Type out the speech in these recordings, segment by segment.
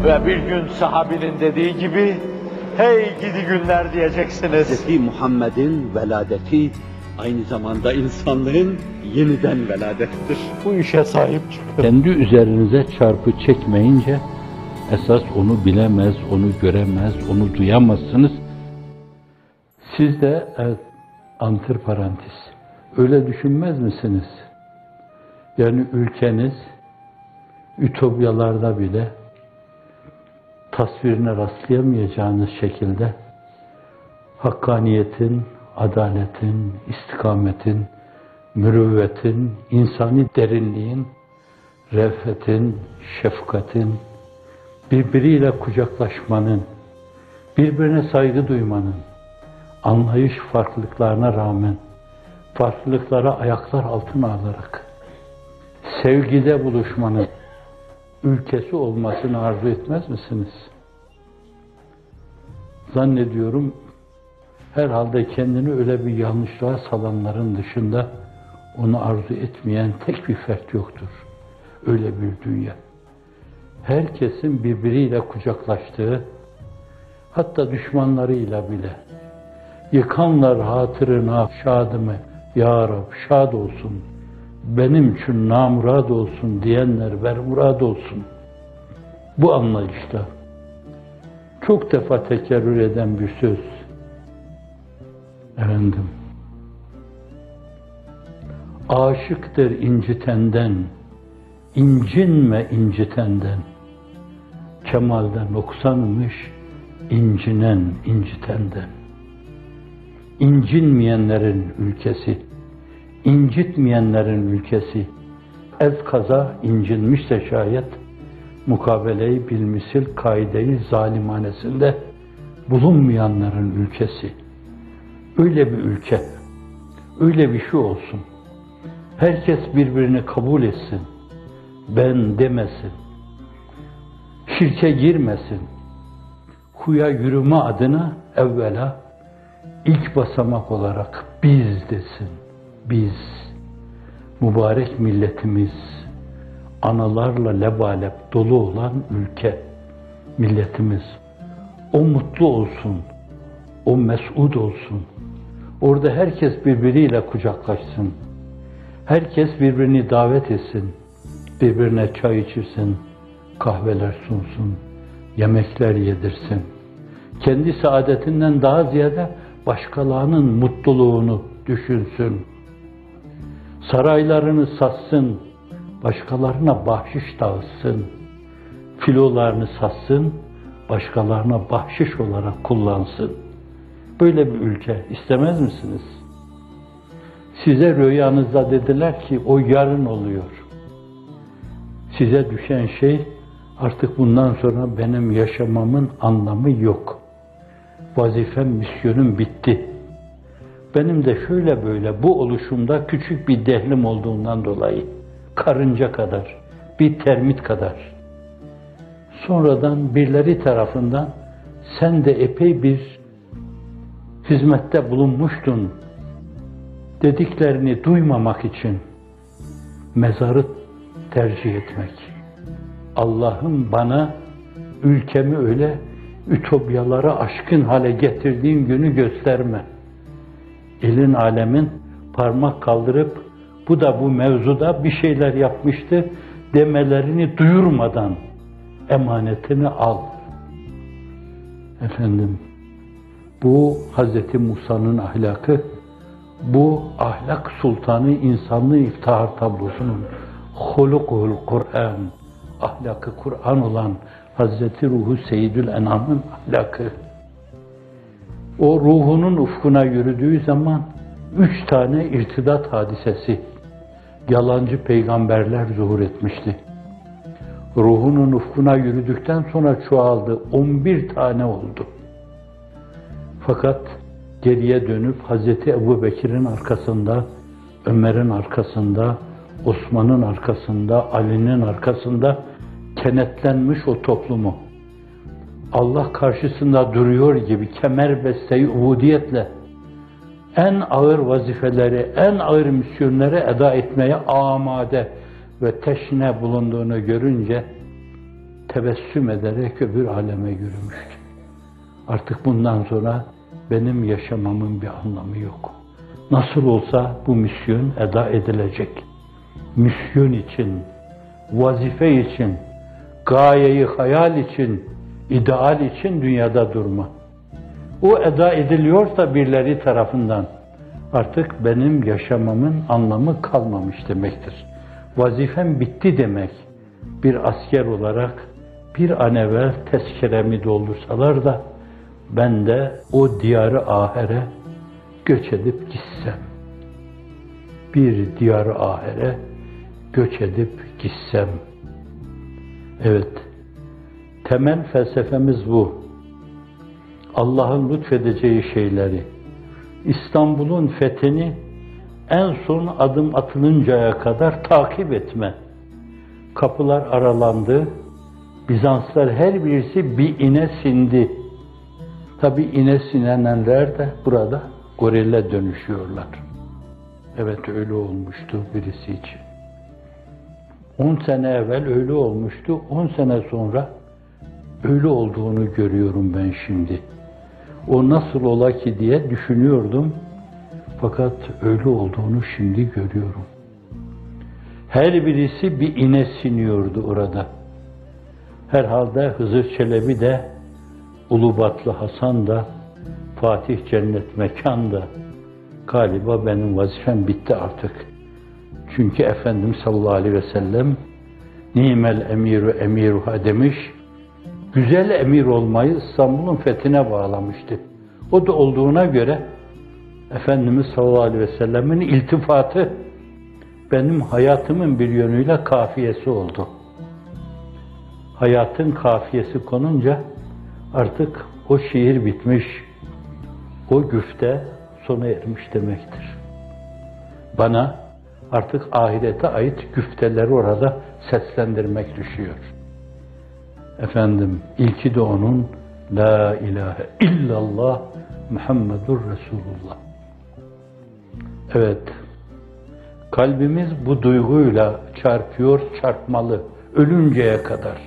Ve bir gün sahabinin dediği gibi, hey gidi günler diyeceksiniz. Hz. Muhammed'in veladeti aynı zamanda insanlığın yeniden veladettir. Bu işe sahip çıkın. Kendi üzerinize çarpı çekmeyince, esas onu bilemez, onu göremez, onu duyamazsınız. Siz de, antiparantez, öyle düşünmez misiniz? Yani ülkeniz, ütopyalarda bile tasvirine rastlayamayacağınız şekilde hakkaniyetin, adaletin, istikametin, mürüvvetin, insani derinliğin, re'fetin, şefkatin, birbiriyle kucaklaşmanın, birbirine saygı duymanın, anlayış farklılıklarına rağmen, farklılıklara ayaklar altına alarak, sevgide buluşmanın ülkesi olmasını arzu etmez misiniz? Zannediyorum, herhalde kendini öyle bir yanlışlığa salanların dışında onu arzu etmeyen tek bir fert yoktur. Öyle bir dünya. Herkesin birbiriyle kucaklaştığı, hatta düşmanlarıyla bile, yıkanlar hatırına şadımı, Ya Rab şad olsun, benim için namurad olsun diyenler bermurad olsun. Bu anlayışta çok defa tekerrür eden bir söz. Efendim, aşıktır incitenden, incinme incitenden, kemalden noksanmış, incinen incitenden. İncinmeyenlerin ülkesi, incitmeyenlerin ülkesi, ez kaza incinmişse şayet, mukabele-i bilmisil kaide-i zalimanesinde bulunmayanların ülkesi. Öyle bir ülke, öyle bir şey olsun. Herkes birbirini kabul etsin, ben demesin, şirke girmesin, huya yürüme adına evvela ilk basamak olarak biz desin. Biz, mübarek milletimiz, analarla lebalep dolu olan ülke, milletimiz, o mutlu olsun, o mes'ud olsun. Orada herkes birbiriyle kucaklaşsın. Herkes birbirini davet etsin. Birbirine çay içirsin, kahveler sunsun, yemekler yedirsin. Kendi saadetinden daha ziyade başkalarının mutluluğunu düşünsün. Saraylarını satsın, başkalarına bahşiş dağıtsın. Filolarını satsın, başkalarına bahşiş olarak kullansın. Böyle bir ülke istemez misiniz? Size rüyanızda dediler ki o yarın oluyor. Size düşen şey artık bundan sonra benim yaşamamın anlamı yok. Vazifem, misyonum bitti. Benim de şöyle böyle bu oluşumda küçük bir dehlim olduğundan dolayı karınca kadar, bir termit kadar. Sonradan birileri tarafından sen de epey bir hizmette bulunmuştun dediklerini duymamak için mezarı tercih etmek. Allah'ım bana ülkemi öyle ütopyalara aşkın hale getirdiğin günü gösterme. Elin alemin parmak kaldırıp bu da bu mevzuda bir şeyler yapmıştı demelerini duyurmadan emanetini al. Efendim, bu Hz. Musa'nın ahlakı, bu ahlak sultanı insanlığı iftihar tablosunun hulukul Kur'an, ahlakı Kur'an olan Hz. Ruhu Seyyidül Enam'ın ahlakı. O ruhunun ufkuna yürüdüğü zaman 3 tane irtidat hadisesi, yalancı peygamberler zuhur etmişti. Ruhunun ufkuna yürüdükten sonra çoğaldı, 11 tane oldu. Fakat geriye dönüp Hz. Ebu Bekir'in arkasında, Ömer'in arkasında, Osman'ın arkasında, Ali'nin arkasında kenetlenmiş o toplumu Allah karşısında duruyor gibi kemerbeste-i ubudiyetle en ağır vazifeleri, en ağır misyonları eda etmeye amade ve teşne bulunduğunu görünce tebessüm ederek öbür aleme yürümüştü. Artık bundan sonra benim yaşamamın bir anlamı yok. Nasıl olsa bu misyon eda edilecek. Misyon için, vazife için, gayeyi hayal için, ideal için dünyada durma. O eda ediliyorsa birileri tarafından artık benim yaşamamın anlamı kalmamış demektir. Vazifem bitti demek. Bir asker olarak bir an evvel tezkeremi doldursalar da ben de o diyarı ahire göç edip gitsem. Bir diyarı ahire göç edip gitsem. Evet, temel felsefemiz bu. Allah'ın lütfedeceği şeyleri, İstanbul'un fethini en son adım atılıncaya kadar takip etme. Kapılar aralandı, Bizanslar her birisi bir ine sindi. Tabi ine sinenler de burada gorille dönüşüyorlar. Evet, öyle olmuştu birisi için. 10 sene evvel öyle olmuştu, 10 sene sonra öyle olduğunu görüyorum ben şimdi. O nasıl ola ki diye düşünüyordum, fakat öyle olduğunu şimdi görüyorum. Her birisi bir ine siniyordu orada. Herhalde Hızır Çelebi de, Ulubatlı Hasan da, Fatih Cennet Mekan da, galiba benim vazifem bitti artık. Çünkü Efendimiz sallallahu aleyhi ve sellem, nimel emiru emiruha demiş, güzel emir olmayı İstanbul'un fethine bağlamıştı. O da olduğuna göre, Efendimiz sallallahu aleyhi ve sellemin iltifatı, benim hayatımın bir yönüyle kafiyesi oldu. Hayatın kafiyesi konunca artık o şiir bitmiş, o güfte sona ermiş demektir. Bana artık ahirete ait güfteleri orada seslendirmek düşüyor. Efendim, ilki de onun La ilahe illallah Muhammedur Resulullah. Evet, kalbimiz bu duyguyla çarpıyor, çarpmalı, ölünceye kadar.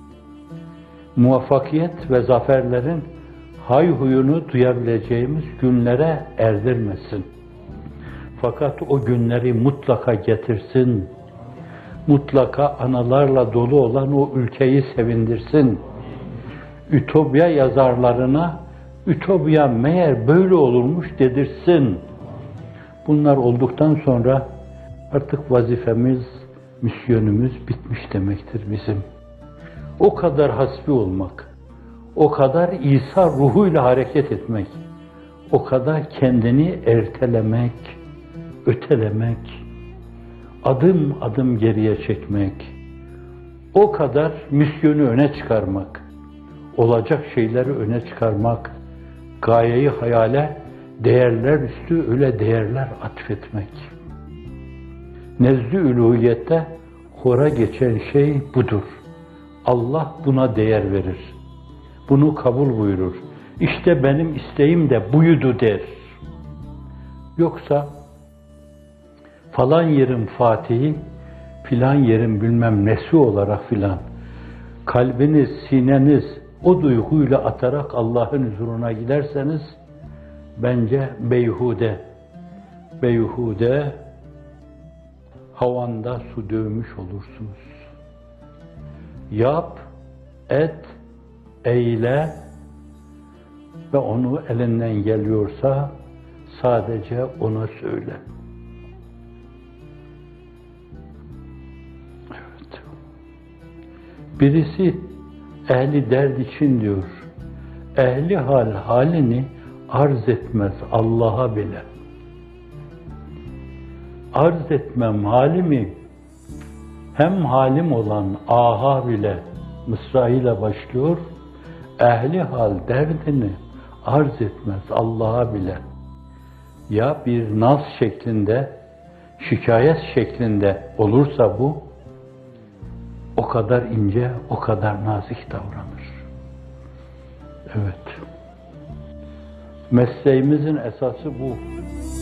Muvaffakiyet ve zaferlerin hayhuyunu duyabileceğimiz günlere erdirmesin. Fakat o günleri mutlaka getirsin. Mutlaka analarla dolu olan o ülkeyi sevindirsin. Ütopya yazarlarına, Ütopya meğer böyle olurmuş dedirsin. Bunlar olduktan sonra artık vazifemiz, misyonumuz bitmiş demektir bizim. O kadar hasbi olmak, o kadar İsa ruhuyla hareket etmek, o kadar kendini ertelemek, ötelemek, adım adım geriye çekmek, o kadar misyonu öne çıkarmak, olacak şeyleri öne çıkarmak, gayeyi hayale, değerler üstü öyle değerler atfetmek. Nezd-i uluhiyette hora geçen şey budur. Allah buna değer verir. Bunu kabul buyurur. İşte benim isteğim de buydu der. Yoksa falan yerin fatihi, filan yerin bilmem nesi olarak filan, kalbiniz, sineniz o duyguyla atarak Allah'ın huzuruna giderseniz, bence beyhude havanda su dövmüş olursunuz. Yap, et, eyle ve onu elinden geliyorsa sadece ona söyle. Evet. Birisi ehli derd için diyor, ehli hal halini arz etmez Allah'a bile. Arz etmem halimi hem halim olan aha bile mısrağıyla başlıyor, ehli hal derdini arz etmez Allah'a bile. Ya bir naz şeklinde, şikayet şeklinde olursa bu, o kadar ince, o kadar nazik davranır. Evet. Mesleğimizin esası bu.